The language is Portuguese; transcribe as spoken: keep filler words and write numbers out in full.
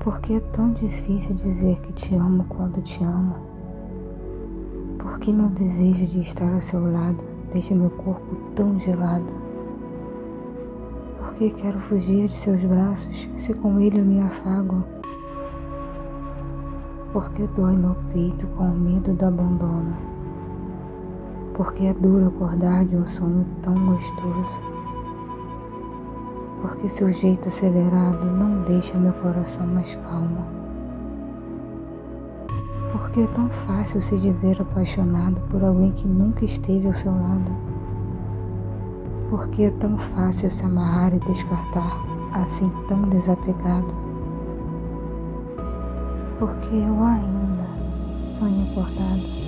Por que é tão difícil dizer que te amo quando te amo? Por que meu desejo de estar ao seu lado deixa meu corpo tão gelado? Por que quero fugir de seus braços se com ele eu me afago? Por que dói meu peito com o medo do abandono? Por que é duro acordar de um sonho tão gostoso? Porque seu jeito acelerado não deixa meu coração mais calmo. Porque é tão fácil se dizer apaixonado por alguém que nunca esteve ao seu lado. Porque é tão fácil se amarrar e descartar, assim tão desapegado. Porque eu ainda sonho acordado.